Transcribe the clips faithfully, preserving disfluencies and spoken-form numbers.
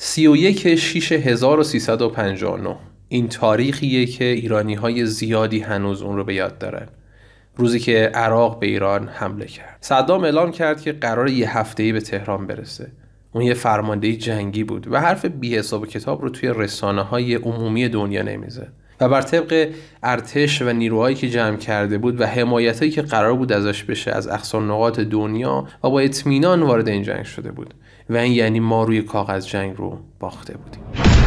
سی و یک شش هزار و سیصد و پنجاه و نه این تاریخیه که ایرانی‌های زیادی هنوز اون رو به یاد دارن. روزی که عراق به ایران حمله کرد. صدام اعلام کرد که قرار یه هفته‌ای به تهران برسه. اون یه فرمانده جنگی بود و حرف بی حساب کتاب رو توی رسانه‌های عمومی دنیا نمیزه. و بر طبق ارتش و نیروهایی که جمع کرده بود و حمایتایی که قرار بود ازش بشه از اقصا نقاط دنیا و با اطمینان وارد این جنگ شده بود. و این یعنی ما روی کاغذ جنگ رو باخته بودیم.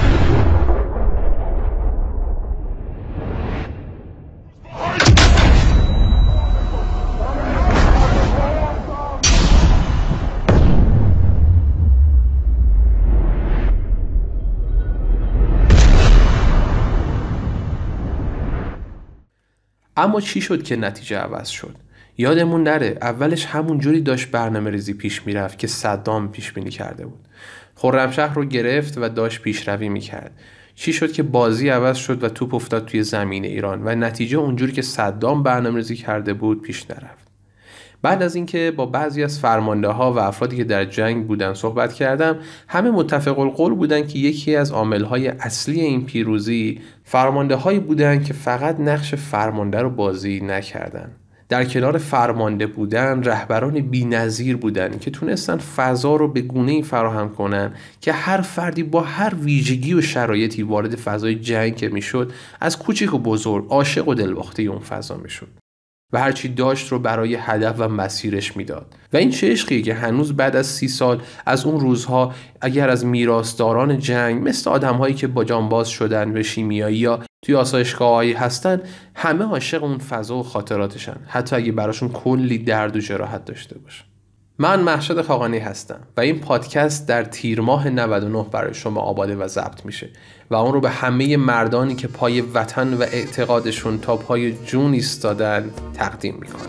اما چی شد که نتیجه عوض شد؟ یادمون نره اولش همون جوری داشت برنامه ریزی پیش میرفت که صدام پیش بینی کرده بود. خرمشهر رو گرفت و داشت پیشروی میکرد. چی شد که بازی عوض شد و توپ افتاد توی زمین ایران و نتیجه اونجوری که صدام برنامه ریزی کرده بود پیش نرفت. بعد از اینکه با بعضی از فرمانده ها و افرادی که در جنگ بودن صحبت کردم، همه متفق القول بودن که یکی از عامل‌های اصلی این پیروزی فرمانده هایی بودن که فقط نقش فرمانده رو بازی نکردن. در کنار فرمانده بودن، رهبران بی‌نظیر بودن که تونستن فضا رو به گونه‌ای فراهم کنن که هر فردی با هر ویژگی و شرایطی وارد فضای جنگ که میشد، از کوچیک و بزرگ عاشق و دلباخته اون فضا میشد و هرچی داشت رو برای هدف و مسیرش میداد. و این چه عشقیه که هنوز بعد از سی سال از اون روزها اگر از میراثداران جنگ مثل آدم‌هایی که با جانباز شدن به شیمیایی یا توی آسایشگاه‌هایی هستن، همه عاشق اون فضا و خاطراتشن، حتی اگه براشون کلی درد و جراحت داشته باشه. من مهشید خاقانی هستم و این پادکست در تیر ماه نود و نه برای شما آماده و ضبط میشه و اون رو به همه مردانی که پای وطن و اعتقادشون تا پای جون ایستادن تقدیم میکنم.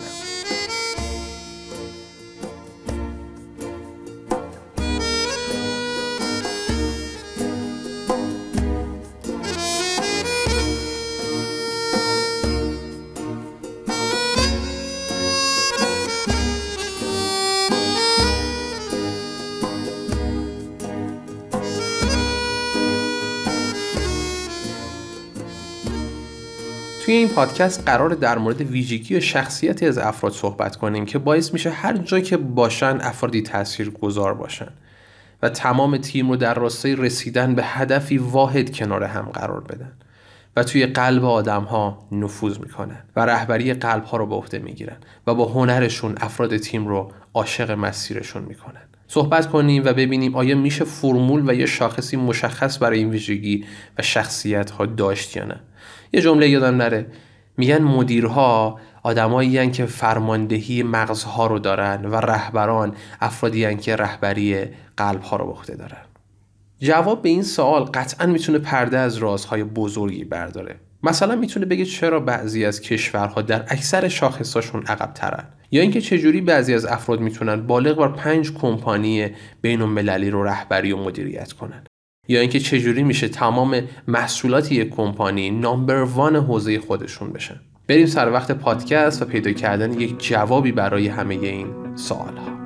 توی این پادکست قراره در مورد ویژگی و شخصیتی از افراد صحبت کنیم که باعث میشه هر جا که باشن افرادی تاثیرگذار باشن و تمام تیم رو در راستای رسیدن به هدفی واحد کنار هم قرار بدن و توی قلب آدم‌ها نفوذ میکنن و رهبری قلب‌ها رو به عهده میگیرن و با هنرشون افراد تیم رو عاشق مسیرشون میکنن. صحبت کنیم و ببینیم آیا میشه فرمول و یا شاخصی مشخص برای این ویژگی و شخصیت‌ها داشت یا نه. یه جمله یادم نره، میگن مدیرها آدمایی هستن که فرماندهی مغزها رو دارن و رهبران افرادی هستن که رهبری قلبها رو به عهده دارن. جواب به این سوال قطعاً میتونه پرده از رازهای بزرگی برداره. مثلا میتونه بگه چرا بعضی از کشورها در اکثر شاخصاشون عقب ترن، یا اینکه چجوری بعضی از افراد میتونن بالغ بر پنج کمپانی بین‌المللی رو رهبری و مدیریت کنن، یا اینکه چجوری میشه تمام محصولات یک کمپانی نامبر وان حوزه خودشون بشن. بریم سر وقت پادکست و پیدا کردن یک جوابی برای همه این سوالها.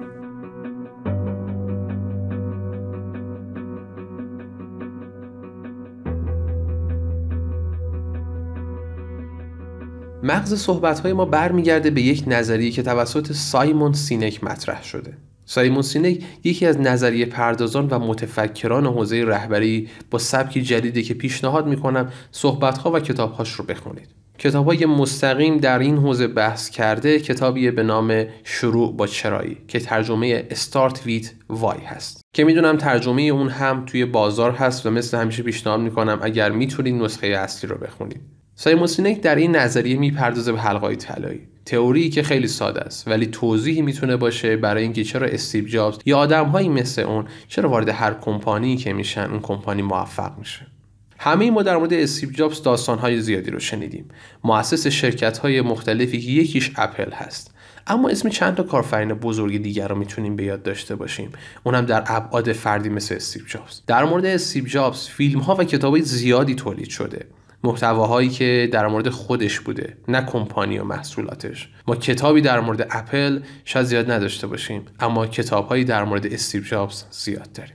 مغز صحبت‌های ما برمیگرده به یک نظریه که توسط سایمون سینک مطرح شده. سایمون سینک یکی از نظریه پردازان و متفکران حوزه رهبری با سبکی جدیدی که پیشنهاد میکنم صحبت‌ها و کتاب‌هاش رو بخونید. کتاب‌های مستقیم در این حوزه بحث کرده، کتابی به نام شروع با چرایی که ترجمه Start with Why هست که میدونم ترجمه اون هم توی بازار هست و مثل همیشه پیشنهاد میکنم اگر میتونید نسخه اصلی رو بخونید. سایمون سینک در این نظریه میپردازه به حلقه‌های طلایی، تئوری که خیلی ساده است ولی توضیحی میتونه باشه برای اینکه چرا استیو جابز یا آدم‌هایی مثل اون چرا وارد هر کمپانی که میشن اون کمپانی موفق میشه. همه ما در مورد استیو جابز داستان‌های زیادی رو شنیدیم، مؤسس شرکت‌های مختلفی که یکیش اپل هست، اما اسم چند تا کارفرین بزرگ دیگر رو میتونیم به یاد داشته باشیم، اونم در ابعاد فردی مثل استیو جابز. در مورد استیو جابز فیلم‌ها و کتاب‌های زیادی تولید شده، محتواهایی که در مورد خودش بوده نه کمپانی و محصولاتش. ما کتابی در مورد اپل شاید زیاد نداشته باشیم، اما کتاب‌هایی در مورد استیو جابز زیاد داریم.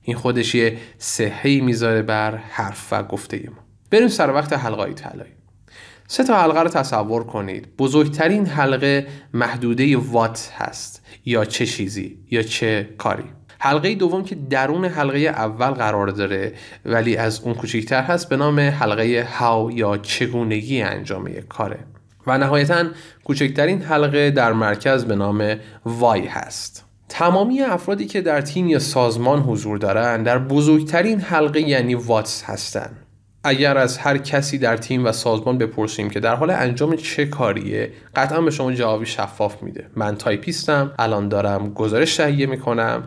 این خودش یه صحه‌ای میذاره بر حرف و گفته ما. بریم سر وقت حلقه‌های طلایی. سه تا حلقه رو تصور کنید. بزرگترین حلقه محدوده وات هست یا چه چیزی یا چه کاری. حلقه دوم که درون حلقه اول قرار داره ولی از اون کوچکتر هست به نام حلقه هاو یا چگونگی انجام یک کاره. و نهایتاً کوچکترین حلقه در مرکز به نام وای هست. تمامی افرادی که در تیم یا سازمان حضور دارن در بزرگترین حلقه یعنی واتس هستن. اگر از هر کسی در تیم و سازمان بپرسیم که در حال انجام چه کاریه، قطعا به شما جوابی شفاف میده. من تایپیستم، الان دارم گزارش تهیه میکنم،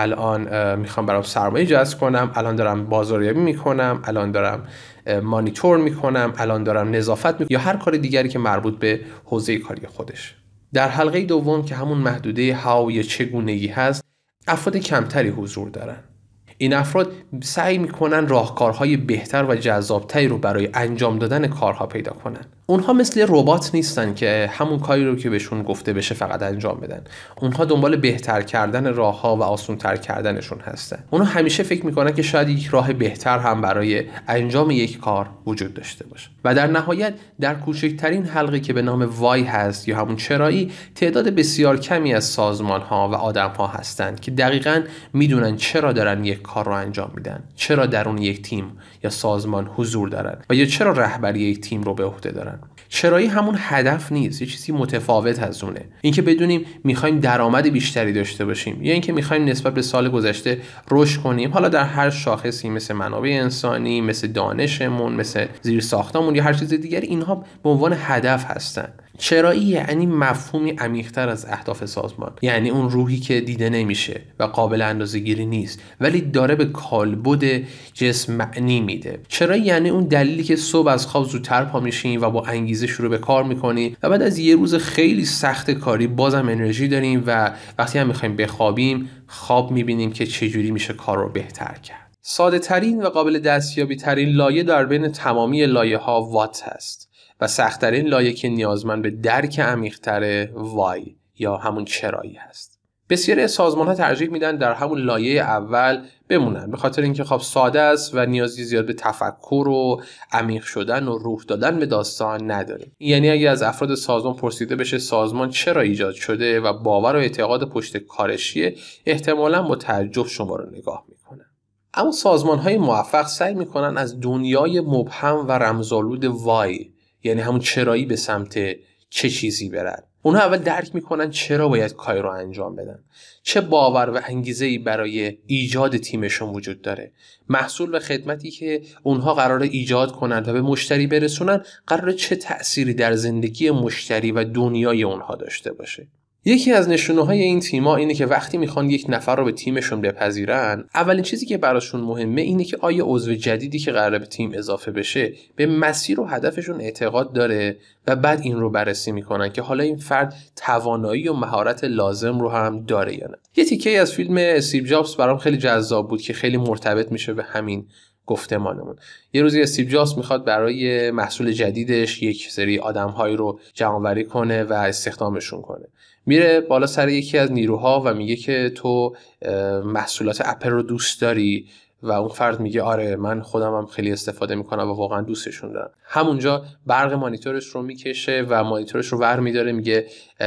الان میخوام برام سرمایه جذب کنم، الان دارم بازاریابی میکنم، الان دارم مانیتور میکنم، الان دارم نظافت میکنم یا هر کار دیگری که مربوط به حوزه کاری خودش. در حلقه دوم که همون محدوده هاو یا چگونگی هست، افراد کمتری حضور دارن. این افراد سعی میکنن راهکارهای بهتر و جذابتری رو برای انجام دادن کارها پیدا کنن. اونها مثل ربات نیستن که همون کاری رو که بهشون گفته بشه فقط انجام بدن. اونها دنبال بهتر کردن راهها و آسان‌تر کردنشون هستن. اونها همیشه فکر میکنن که شاید یک راه بهتر هم برای انجام یک کار وجود داشته باشه. و در نهایت در کوچکترین حلقه که به نام وای هست یا همون چرایی، تعداد بسیار کمی از سازمان‌ها و آدم‌ها هستند که دقیقاً میدونن چرا دارن یک کار رو انجام میدن، چرا درون یک تیم یا سازمان حضور دارن و یا چرا رهبری یک تیم رو به عهده دارن. چرایی همون هدف نیست، یه چیزی متفاوت از اونه. اینکه بدونیم میخوایم درآمد بیشتری داشته باشیم یا اینکه میخوایم نسبت به سال گذشته رشد کنیم، حالا در هر شاخصی مثل منابع انسانی، مثل دانشمون، مثل زیر ساختمون یا هر چیز دیگری، اینها به عنوان هدف هستن. چرایی یعنی مفهومی عمیق‌تر از اهداف سازمان، یعنی اون روحی که دیده نمیشه و قابل اندازه‌گیری نیست ولی داره به کالبد جسم معنی میده. چرایی یعنی اون دلیلی که صبح از خواب زودتر پا میشیم و با انگیزه شروع به کار میکنیم و بعد از یه روز خیلی سخت کاری بازم انرژی داریم و وقتی هم میخوایم بخوابیم خواب میبینیم که چجوری میشه کار رو بهتر کرد. ساده ترین و قابل دستیابی ترین لایه در بین تمامی لایه ها وات هست و سخت‌ترین لایه که نیازمند به درک عمیق‌تر وای یا همون چرایی هست. بسیاری از سازمان‌ها ترجیح میدن در همون لایه اول بمونن به خاطر اینکه خب ساده است و نیازی زیاد به تفکر و عمیق شدن و روح دادن به داستان نداره. یعنی اگه از افراد سازمان پرسیده بشه سازمان چرا ایجاد شده و باور و اعتقاد پشت کارشیه، احتمالاً با تعجب شما رو نگاه میکنن. اما سازمان‌های موفق سعی میکنن از دنیای مبهم و رمزآلود وای یعنی همون چرایی به سمت چه چیزی برن. اونها اول درک میکنن چرا باید کاری رو انجام بدن، چه باور و انگیزه‌ای برای ایجاد تیمشون وجود داره، محصول و خدمتی که اونها قراره ایجاد کنن و به مشتری برسونن قراره چه تأثیری در زندگی مشتری و دنیای اونها داشته باشه. یکی از نشونه‌های این تیم‌ها اینه که وقتی میخوان یک نفر رو به تیمشون بپذیرن، اولین چیزی که براشون مهمه اینه که آیا عضو جدیدی که قراره به تیم اضافه بشه به مسیر و هدفشون اعتقاد داره و بعد این رو بررسی میکنن که حالا این فرد توانایی و مهارت لازم رو هم داره یا نه. یه تیکه از فیلم استیو جابز برام خیلی جذاب بود که خیلی مرتبط میشه به همین گفتمانمون. یه روزی استیو جابز میخواد برای محصول جدیدش یک سری آدم‌هایی رو جمع‌آوری کنه و استخدامشون کنه. میره بالا سر یکی از نیروها و میگه که تو محصولات اپل رو دوست داری و اون فرد میگه آره من خودم هم خیلی استفاده میکنم و واقعا دوستشون دارم. همونجا برق مانیتورش رو میکشه و مانیتورش رو ور میداره، میگه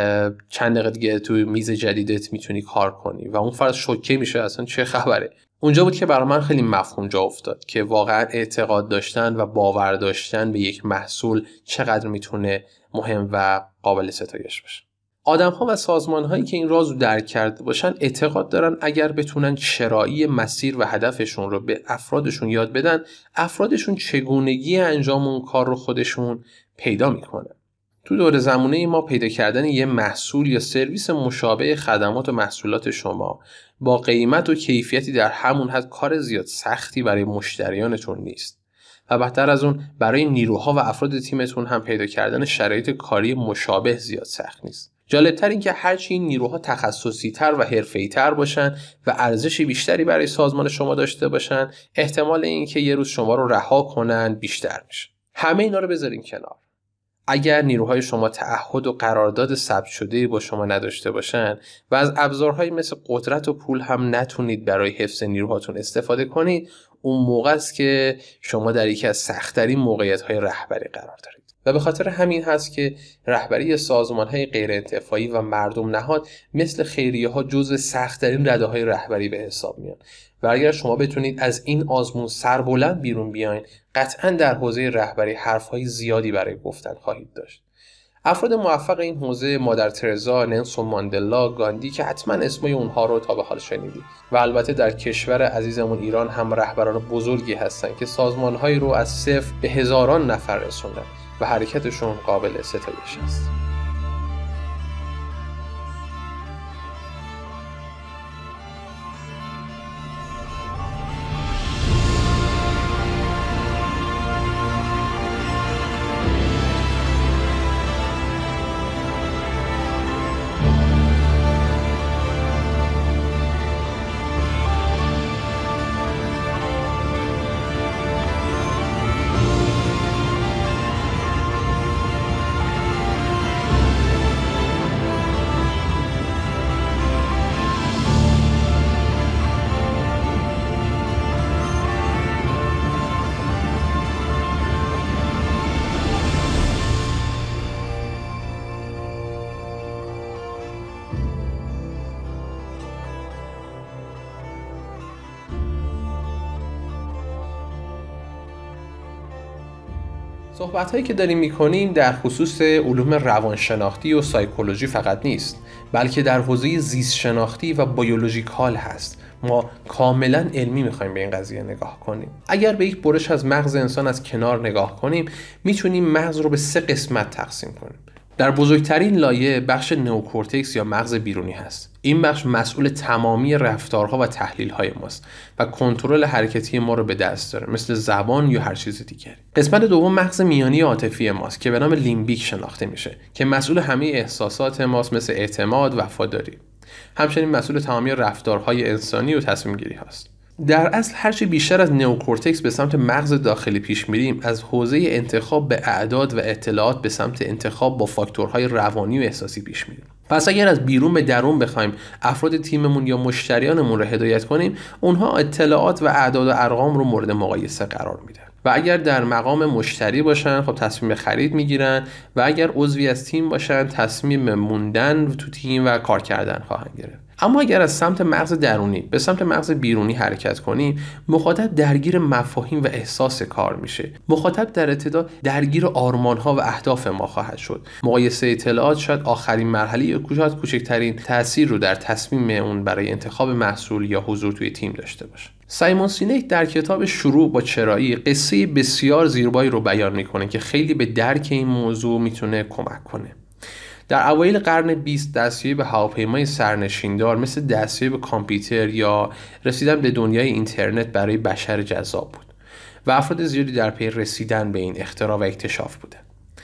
چند دقیقه دیگه تو میز جدیدت میتونی کار کنی و اون فرد شوکه میشه اصلا چه خبره. اونجا بود که برای من خیلی مفهوم جا افتاد که واقعا اعتقاد داشتن و باور داشتن به یک محصول چقدر میتونه مهم و قابل ستایش باشه. آدم‌ها و سازمان‌هایی که این راز رو درک کرده باشن اعتقاد دارن اگر بتونن چرایی مسیر و هدفشون رو به افرادشون یاد بدن، افرادشون چگونگی انجام اون کار رو خودشون پیدا میکنن. تو دور زمونه ما پیدا کردن یه محصول یا سرویس مشابه خدمات و محصولات شما با قیمت و کیفیتی در همون حد کار زیاد سختی برای مشتریانتون نیست. و بهتر از اون برای نیروها و افراد تیمتون هم پیدا کردن شرایط کاری مشابه زیاد سخت نیست. جالبتر این که هرچی این نیروها تخصصی تر و حرفه‌ای تر باشن و ارزش بیشتری برای سازمان شما داشته باشن، احتمال این که یه روز شما رو رها کنن بیشتر میشه. همه اینا رو بذارین کنار. اگر نیروهای شما تعهد و قرارداد ثبت شده با شما نداشته باشن و از ابزارهایی مثل قدرت و پول هم نتونید برای حفظ نیروهاتون استفاده کنید، اون موقع است که شما در یکی از سخت‌ترین موقعیت‌های رهبری قرار دارید. و به خاطر همین هست که رهبری سازمان‌های غیر انتفاعی و مردم نهاد مثل خیریه‌ها جزو سخت‌ترین رده‌های رهبری به حساب میان. و اگر شما بتونید از این آزمون سربلند بیرون بیاین، قطعاً در حوزه رهبری حرف‌های زیادی برای گفتن خواهید داشت. افراد موفق این حوزه مادر ترزا، نلسون ماندلا، گاندی که حتما اسمای اونها رو تا به حال شنیدید و البته در کشور عزیزمون ایران هم رهبران بزرگی هستن که سازمان‌هایی رو از صفر به هزاران نفر رسوندن و حرکتشون قابل ستایش است. صحبت‌هایی که داریم می‌کنیم در خصوص علوم روانشناختی و سایکولوژی فقط نیست، بلکه در حوزه زیست شناختی و بیولوژیکال هست. ما کاملا علمی می‌خوایم به این قضیه نگاه کنیم. اگر به یک برش از مغز انسان از کنار نگاه کنیم، می‌تونیم مغز رو به سه قسمت تقسیم کنیم. در بزرگترین لایه بخش نئوکورتکس یا مغز بیرونی هست. این بخش مسئول تمامی رفتارها و تحلیل‌های ماست و کنترل حرکتی ما رو به دست داره، مثل زبان یا هر چیز دیگری. قسمت دوم مغز میانی عاطفی ماست که به نام لیمبیک شناخته میشه که مسئول همه احساسات ماست، مثل اعتماد، وفاداری. همچنین مسئول تمامی رفتارهای انسانی و تصمیم گیری هست. در اصل هرچی بیشتر از نئوکورتکس به سمت مغز داخلی پیش میریم، از حوزه انتخاب به اعداد و اطلاعات به سمت انتخاب با فاکتورهای روانی و احساسی پیش میریم. پس اگر از بیرون به درون بخوایم افراد تیممون یا مشتریانمون رو هدایت کنیم، اونها اطلاعات و اعداد و ارقام رو مورد مقایسه قرار میدن. و اگر در مقام مشتری باشن، خب تصمیم خرید میگیرن و اگر عضوی از تیم باشن، تصمیم موندن تو تیم و کار کردن خواهند گرفت. اما اگر از سمت مغز درونی به سمت مغز بیرونی حرکت کنیم، مخاطب درگیر مفاهیم و احساس کار میشه. مخاطب در ابتدا درگیر آرمان‌ها و اهداف ما خواهد شد. مقایسه اطلاعات شاید آخرین مرحله یا شاید کوچکترین تأثیر رو در تصمیم اون برای انتخاب محصول یا حضور توی تیم داشته باشه. سایمون سینک در کتاب شروع با چرایی قصه بسیار زیبایی رو بیان میکنه که خیلی به درک این موضوع میتونه کمک کنه. در اوایل قرن بیست دستیابی به هواپیمای سرنشیندار مثل دستیابی به کامپیوتر یا رسیدن به دنیای اینترنت برای بشر جذاب بود و افراد زیادی در پی رسیدن به این اختراع و اکتشاف بودند.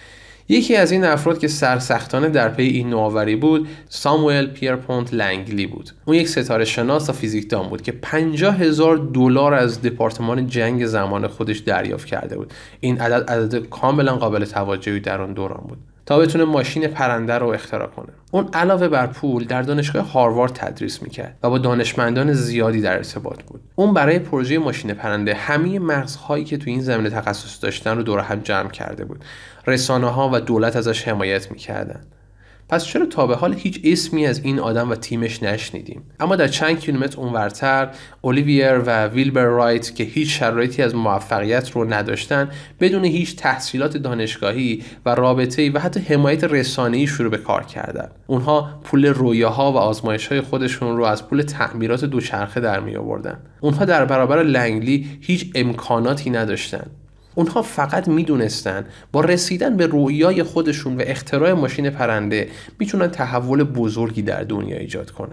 یکی از این افراد که سرسختانه در پی این نوآوری بود، ساموئل پیرپونت لنگلی بود. اون یک ستاره شناس و فیزیکدان بود که پنجاه هزار دلار از دپارتمان جنگ زمان خودش دریافت کرده بود. این عدد عدد کاملا قابل توجهی در اون دوران بود تا بتونه ماشین پرنده رو اختراع کنه. اون علاوه بر پول در دانشگاه هاروارد تدریس میکرد و با دانشمندان زیادی در ارتباط بود. اون برای پروژه ماشین پرنده همه مغزهایی که تو این زمینه تخصص داشتن رو دور هم جمع کرده بود. رسانه‌ها و دولت ازش حمایت میکردن. پس چرا تا به حال هیچ اسمی از این آدم و تیمش نشنیدیم؟ اما در چند کیلومتر اونورتر اولیویر و ویلبر رایت که هیچ شرایطی از موفقیت رو نداشتن، بدون هیچ تحصیلات دانشگاهی و رابطه‌ای و حتی حمایت رسانه‌ای شروع به کار کردن. اونها پول رویاها و آزمایش‌های خودشون رو از پول تعمیرات دوچرخه در می آوردن. اونها در برابر لنگلی هیچ امکاناتی نداشتن. اونها فقط میدونستن با رسیدن به رویای خودشون و اختراع ماشین پرنده میتونن تحول بزرگی در دنیا ایجاد کنن.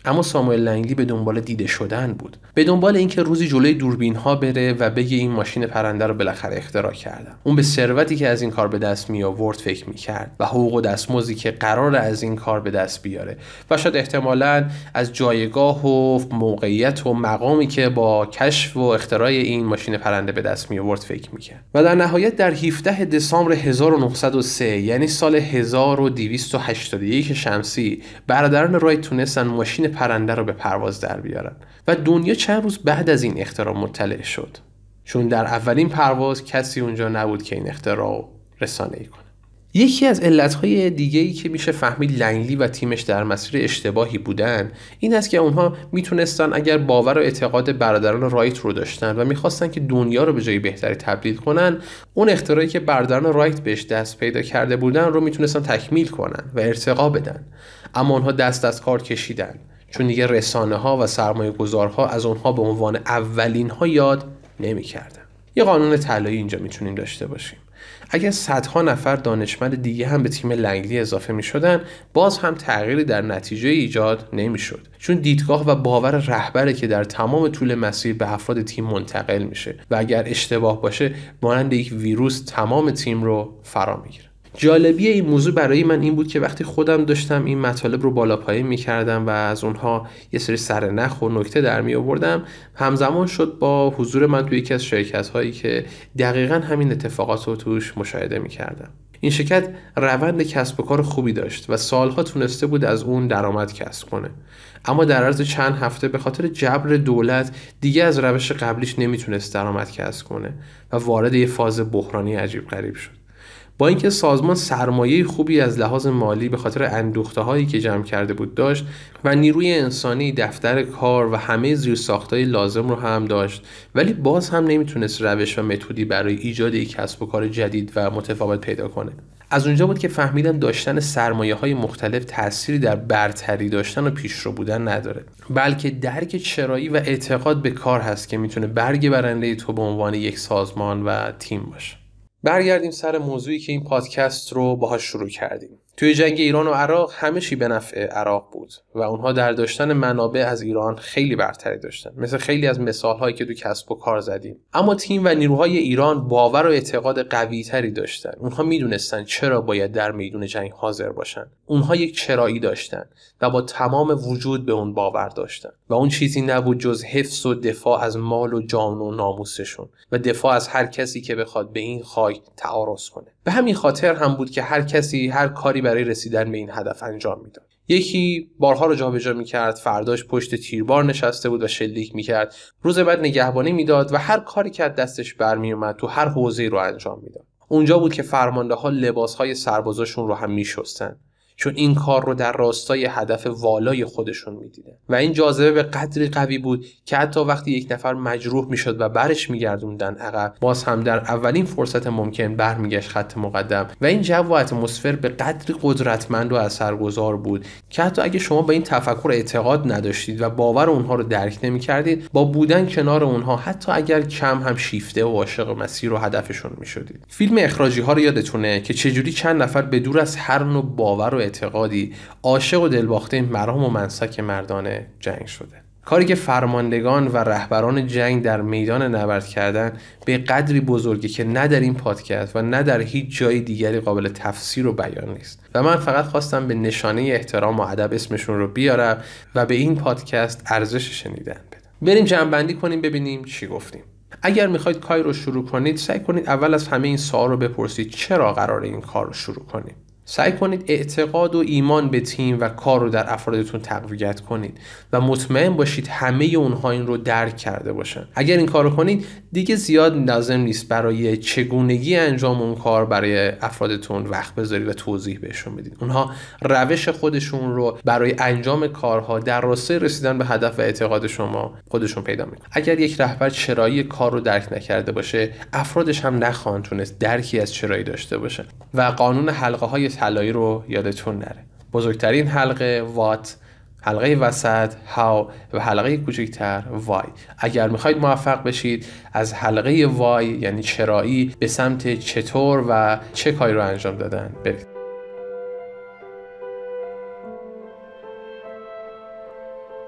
اما ساموئل لنگلی به دنبال دیده شدن بود، به دنبال اینکه روزی جلوی دوربین ها بره و بگه این ماشین پرنده رو بالاخره اختراع کردم. اون به ثروتی که از این کار به دست می آورد فکر می‌کرد و حقوق و دستمزدی که قرار از این کار به دست بیاره و شاید احتمالاً از جایگاه و موقعیت و مقامی که با کشف و اختراع این ماشین پرنده به دست می آورد فکر می‌کرد. و در نهایت در هفدهم دسامبر هزار و نهصد و سه یعنی سال هزار و دویست و هشتاد و یک شمسی برادران رایت تونستن ماشین پرنده رو به پرواز در بیارن و دنیا چند روز بعد از این اختراع مطلع شد، چون در اولین پرواز کسی اونجا نبود که این اختراع رسانه‌ای کنه. یکی از علتهای دیگه‌ای که میشه فهمید لنگلی و تیمش در مسیر اشتباهی بودن این است که اونها میتونستن اگر باور و اعتقاد برادران رایت رو داشتن و میخواستن که دنیا رو به جای بهتری تبدیل کنن، اون اختراعی که برادران رایت بهش دست پیدا کرده بودن رو میتونستن تکمیل کنن و ارتقا بدن، اما اونها دست از کار کشیدن، چون دیگه رسانه ها و سرمایه گذارها از اونها به عنوان اولین ها یاد نمی کردن. یه قانون طلایی اینجا میتونیم داشته باشیم. اگر صدها نفر دانشمند دیگه هم به تیم لنگلی اضافه می شدن، باز هم تغییری در نتیجه ایجاد نمی شد، چون دیدگاه و باور رهبره که در تمام طول مسیر به افراد تیم منتقل میشه و اگر اشتباه باشه مانند یک ویروس تمام تیم رو فرا میگیره. جالبی این موضوع برای من این بود که وقتی خودم داشتم این مطالب رو بالا پایین می‌کردم و از اونها یه سری سرنخ و نکته در می آوردم، همزمان شد با حضور من توی یکی از شرکت‌هایی که دقیقاً همین اتفاقات رو توش مشاهده می‌کردم. این شرکت روند کسب و کار خوبی داشت و سالها تونسته بود از اون درآمد کسب کنه، اما در عرض چند هفته به خاطر جبر دولت دیگه از روش قبلیش نمیتونست درآمد کسب کنه و وارد یه فاز بحرانی عجیب غریب شد. با اینکه سازمان سرمایه خوبی از لحاظ مالی به خاطر اندوخته هایی که جمع کرده بود داشت و نیروی انسانی، دفتر کار و همه زیرساختهای لازم رو هم داشت، ولی باز هم نمیتونست روش و متدی برای ایجاد یک کسب و کار جدید و متفاوت پیدا کنه. از اونجا بود که فهمیدم داشتن سرمایه های مختلف تأثیری در برتری داشتن و پیشرو بودن نداره، بلکه درک چرایی و اعتقاد به کار هست که میتونه برگ برنده تو به عنوان یک سازمان و تیم باشه. برگردیم سر موضوعی که این پادکست رو باهاش شروع کردیم. توی جنگ ایران و عراق همه چی به نفع عراق بود و اونها در داشتن منابع از ایران خیلی برتری داشتن، مثل خیلی از مثال‌هایی که تو کسب و کار زدیم. اما تیم و نیروهای ایران باور و اعتقاد قوی‌تری داشتن. اونها میدونستن چرا باید در میدون جنگ حاضر باشن. اونها یک چرایی داشتن و با تمام وجود به اون باور داشتن و اون چیزی نبود جز حفظ و دفاع از مال و جان و ناموسشون و دفاع از هر کسی که بخواد به این خاک تعارض کنه. به همین خاطر هم بود که هر کسی هر کاری برای رسیدن به این هدف انجام میداد. یکی بارها رو جابجا میکرد، فرداش پشت تیربار نشسته بود و شلیک میکرد، روز بعد نگهبانی میداد و هر کاری که از دستش برمیومد تو هر حوزه‌ای رو انجام میداد. اونجا بود که فرمانده‌ها لباسهای سربازاشون رو هم میشستن، چون این کار رو در راستای هدف والای خودشون میدیدن و این جاذبه به قدری قوی بود که حتی وقتی یک نفر مجروح میشد و برش میگردوندن عقب، باز هم در اولین فرصت ممکن برمیگشت خط مقدم و این جو و اتمسفر به قدری قدرتمند و اثرگذار بود که حتی اگه شما به این تفکر اعتقاد نداشتید و باور اونها رو درک نمیکردید، با بودن کنار اونها حتی اگر کم هم شیفته و عاشق مسیر و هدفشون میشدید. فیلم اخراجی ها رو یادتونه که چجوری چند نفر به دور از هر نوع باور و اعتقادی عاشق و دلباخته مرام و منسک مردانه جنگ شده. کاری که فرماندگان و رهبران جنگ در میدان نبرد کردن به قدری بزرگی که نه در این پادکست و نه در هیچ جای دیگری قابل تفسیر و بیان نیست و من فقط خواستم به نشانه احترام و ادب اسمشون رو بیارم و به این پادکست ارزش شنیدن بدم. بریم جمع‌بندی کنیم ببینیم چی گفتیم. اگر میخواید کاری رو شروع کنید، سعی کنید اول از همه این سوال رو بپرسید چرا قراره این کار رو شروع کنید. سعی کنید اعتقاد و ایمان به تیم و کار رو در افرادتون تقویت کنید و مطمئن باشید همه اونها این رو درک کرده باشن. اگر این کار رو کنید دیگه زیاد لازم نیست برای چگونگی انجام اون کار برای افرادتون وقت بذارید و توضیح بهشون بدید. اونها روش خودشون رو برای انجام کارها در راستای رسیدن به هدف و اعتقاد شما خودشون پیدا میکنن. اگر یک رهبر چرایی کار رو درک نکرده باشه، افرادش هم نخواهند تونست درکی از چرایی داشته باشه. و قانون حلقه های طلایی رو یادتون نره. بزرگترین حلقه وات، حلقه وسط هاو و حلقه کوچکتر وای. اگر میخواید موفق بشید از حلقه وای یعنی چرایی به سمت چطور و چه کاری رو انجام دادن برید.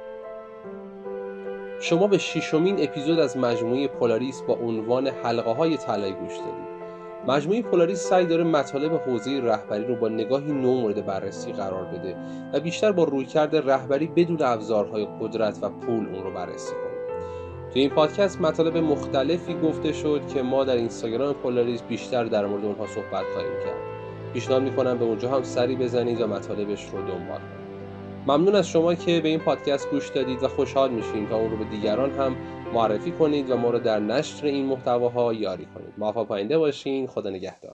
شما به ششمین اپیزود از مجموعه پولاریس با عنوان حلقه های طلایی گوش دادید. مجموعه پولاریس سعی داره مطالب حوزه رهبری رو با نگاهی نو مورد بررسی قرار بده و بیشتر با رویکرد رهبری بدون ابزارهای قدرت و پول اون رو بررسی کنه. توی این پادکست مطالب مختلفی گفته شد که ما در اینستاگرام پولاریس بیشتر در مورد اونها صحبت خواهیم کرد. پیشنهاد می‌کنم به اونجا هم سری بزنید و مطالبش رو دنبال کنید. ممنون از شما که به این پادکست گوش دادید و خوشحال میشیم تا اون رو به دیگران هم معرفی کنید و ما رو در نشر این محتواها یاری کنید. موفق پاینده باشین. خدا نگهدار.